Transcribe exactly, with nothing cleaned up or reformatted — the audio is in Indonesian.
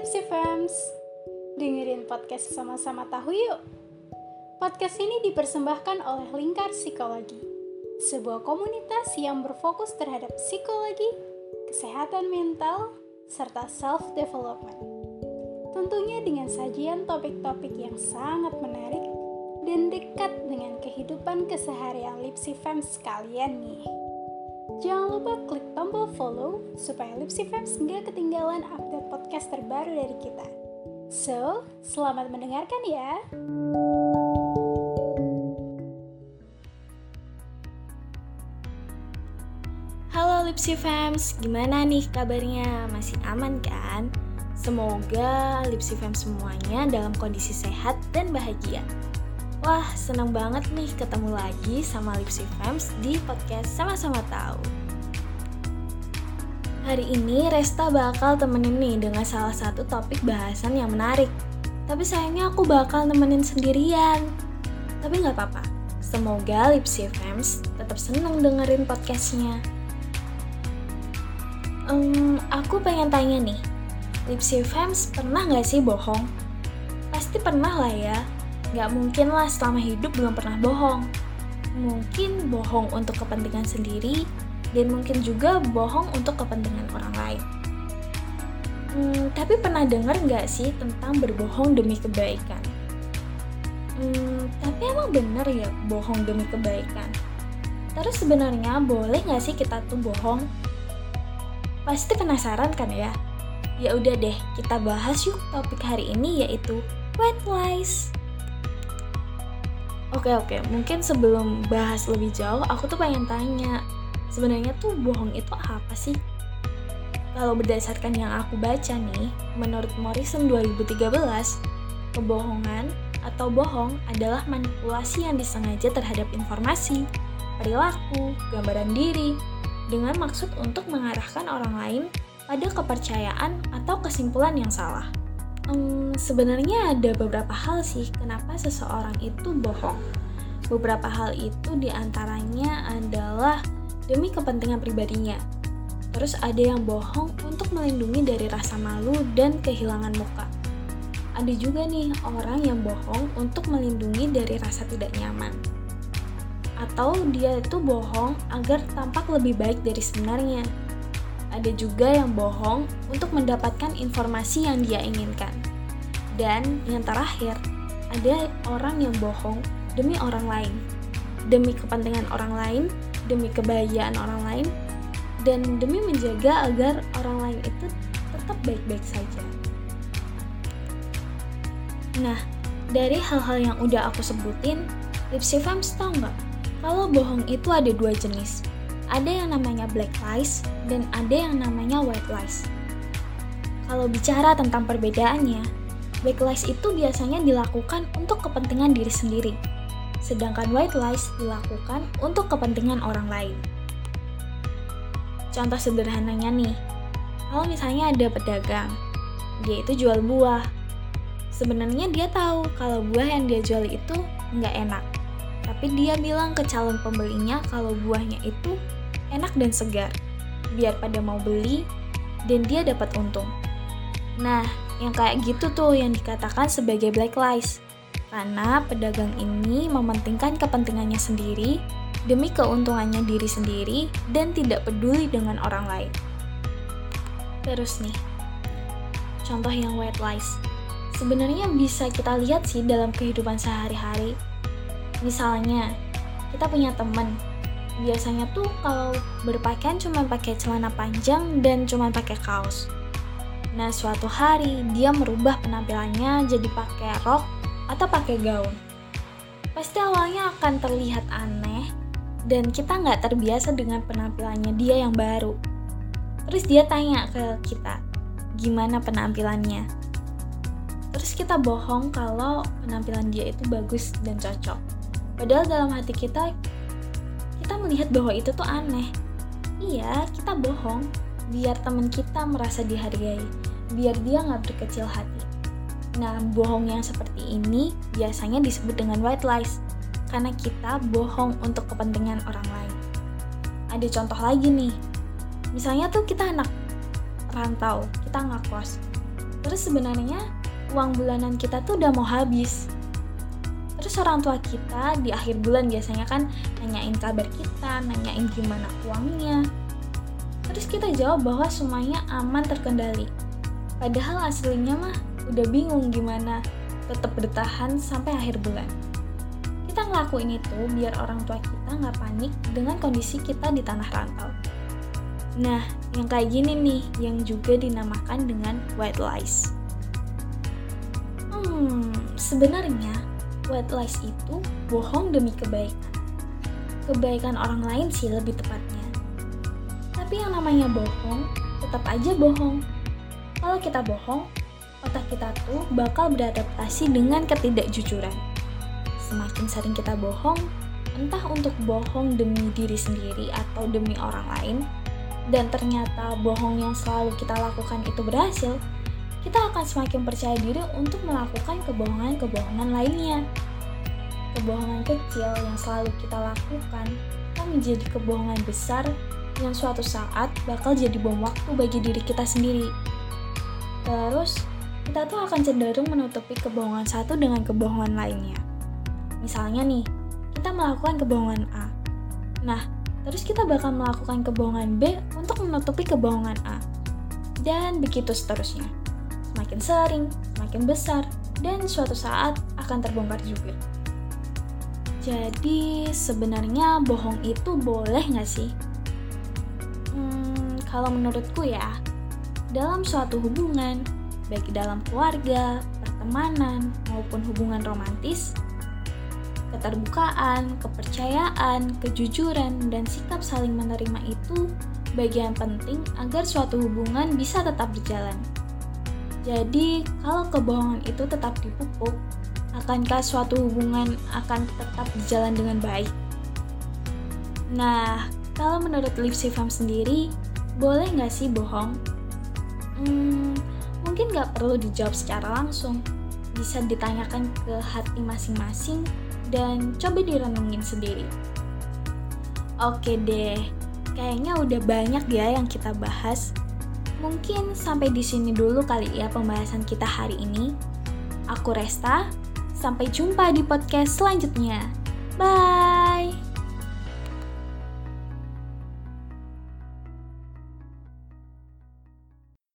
Lipsy Fams, dengerin podcast sama-sama tahu yuk. Podcast ini dipersembahkan oleh Lingkar Psikologi, sebuah komunitas yang berfokus terhadap psikologi, kesehatan mental, serta self-development. Tentunya dengan sajian topik-topik yang sangat menarik dan dekat dengan kehidupan keseharian Lipsy Fams kalian nih. Jangan lupa klik tombol follow supaya Lipsy Fams gak ketinggalan update podcast terbaru dari kita. So, selamat mendengarkan ya. Halo Lipsy Fams, gimana nih kabarnya? Masih aman kan? Semoga Lipsy Fams semuanya dalam kondisi sehat dan bahagia. Wah, senang banget nih ketemu lagi sama Lipsy Fams di podcast Sama-Sama Tahu. Hari ini Resta bakal temenin nih dengan salah satu topik bahasan yang menarik. Tapi sayangnya aku bakal nemenin sendirian. Tapi gak apa-apa, semoga Lipsy Fams tetap seneng dengerin podcastnya. Um, aku pengen tanya nih, Lipsy Fams pernah gak sih bohong? Pasti pernah lah ya. Gak mungkin lah selama hidup belum pernah bohong. Mungkin bohong untuk kepentingan sendiri, dan mungkin juga bohong untuk kepentingan orang lain. Hmm, tapi pernah dengar gak sih tentang berbohong demi kebaikan? Hmm, tapi emang bener ya bohong demi kebaikan? Terus sebenarnya boleh gak sih kita tuh bohong? Pasti penasaran kan ya? Ya udah deh, kita bahas yuk topik hari ini yaitu white lies. Oke oke, mungkin sebelum bahas lebih jauh, aku tuh pengen tanya, sebenarnya tuh bohong itu apa sih? Kalau berdasarkan yang aku baca nih, menurut Morrison dua ribu tiga belas, kebohongan atau bohong adalah manipulasi yang disengaja terhadap informasi, perilaku, gambaran diri, dengan maksud untuk mengarahkan orang lain pada kepercayaan atau kesimpulan yang salah. Hmm, sebenarnya ada beberapa hal sih kenapa seseorang itu bohong. Beberapa hal itu diantaranya adalah demi kepentingan pribadinya. Terus ada yang bohong untuk melindungi dari rasa malu dan kehilangan muka. Ada juga nih orang yang bohong untuk melindungi dari rasa tidak nyaman. Atau dia itu bohong agar tampak lebih baik dari sebenarnya. Ada juga yang bohong untuk mendapatkan informasi yang dia inginkan. Dan yang terakhir, ada orang yang bohong demi orang lain, demi kepentingan orang lain, demi kebahagiaan orang lain, dan demi menjaga agar orang lain itu tetap baik-baik saja. Nah, dari hal-hal yang udah aku sebutin, Lipsy Fams tau nggak? Kalau bohong itu ada dua jenis. Ada yang namanya black lies dan ada yang namanya white lies. Kalau bicara tentang perbedaannya, black lies itu biasanya dilakukan untuk kepentingan diri sendiri, sedangkan white lies dilakukan untuk kepentingan orang lain. Contoh sederhananya nih, kalau misalnya ada pedagang, dia itu jual buah. Sebenarnya dia tahu kalau buah yang dia jual itu nggak enak, tapi dia bilang ke calon pembelinya kalau buahnya itu enak dan segar, biar pada mau beli dan dia dapat untung. Nah, yang kayak gitu tuh yang dikatakan sebagai black lies. Karena pedagang ini mementingkan kepentingannya sendiri demi keuntungannya diri sendiri dan tidak peduli dengan orang lain. Terus nih, contoh yang white lies. Sebenarnya bisa kita lihat sih dalam kehidupan sehari-hari. Misalnya, kita punya teman. Biasanya tuh kalau berpakaian cuma pakai celana panjang dan cuma pakai kaos. Nah, suatu hari dia merubah penampilannya jadi pakai rok atau pakai gaun. Pasti awalnya akan terlihat aneh dan kita nggak terbiasa dengan penampilannya dia yang baru. Terus dia tanya ke kita, gimana penampilannya? Terus kita bohong kalau penampilan dia itu bagus dan cocok. Padahal dalam hati kita, kita melihat bahwa itu tuh aneh. Iya, kita bohong biar teman kita merasa dihargai, biar dia nggak berkecil hati. Nah, bohong yang seperti ini biasanya disebut dengan white lies, karena kita bohong untuk kepentingan orang lain. Ada contoh lagi nih, misalnya tuh kita anak rantau, kita ngekos. Terus sebenarnya uang bulanan kita tuh udah mau habis. Terus orang tua kita di akhir bulan biasanya kan nanyain kabar kita, nanyain gimana uangnya. Terus kita jawab bahwa semuanya aman terkendali. Padahal aslinya mah udah bingung gimana tetap bertahan sampai akhir bulan. Kita ngelakuin itu biar orang tua kita nggak panik dengan kondisi kita di tanah rantau. Nah, yang kayak gini nih yang juga dinamakan dengan white lies. Hmm, sebenarnya white lies itu bohong demi kebaikan. Kebaikan orang lain sih lebih tepatnya. Tapi yang namanya bohong, tetap aja bohong. Kalau kita bohong, otak kita tuh bakal beradaptasi dengan ketidakjujuran. Semakin sering kita bohong, entah untuk bohong demi diri sendiri atau demi orang lain, dan ternyata bohong yang selalu kita lakukan itu berhasil, kita akan semakin percaya diri untuk melakukan kebohongan-kebohongan lainnya. Kebohongan kecil yang selalu kita lakukan akan menjadi kebohongan besar yang suatu saat bakal jadi bom waktu bagi diri kita sendiri. Terus, kita tuh akan cenderung menutupi kebohongan satu dengan kebohongan lainnya. Misalnya nih, kita melakukan kebohongan A. Nah, terus kita bakal melakukan kebohongan B untuk menutupi kebohongan A. Dan begitu seterusnya. Semakin sering, semakin besar, dan suatu saat akan terbongkar juga. Jadi, sebenarnya bohong itu boleh nggak sih? Hmm, kalau menurutku ya, dalam suatu hubungan, baik dalam keluarga, pertemanan, maupun hubungan romantis, keterbukaan, kepercayaan, kejujuran, dan sikap saling menerima itu bagian penting agar suatu hubungan bisa tetap berjalan. Jadi, kalau kebohongan itu tetap dipupuk, akankah suatu hubungan akan tetap berjalan dengan baik? Nah, kalau menurut Lipsy Fam sendiri, boleh nggak sih bohong? Hmm, mungkin nggak perlu dijawab secara langsung. Bisa ditanyakan ke hati masing-masing dan coba direnungin sendiri. Oke deh, kayaknya udah banyak ya yang kita bahas. Mungkin sampai di sini dulu kali ya pembahasan kita hari ini. Aku Resta, sampai jumpa di podcast selanjutnya. Bye!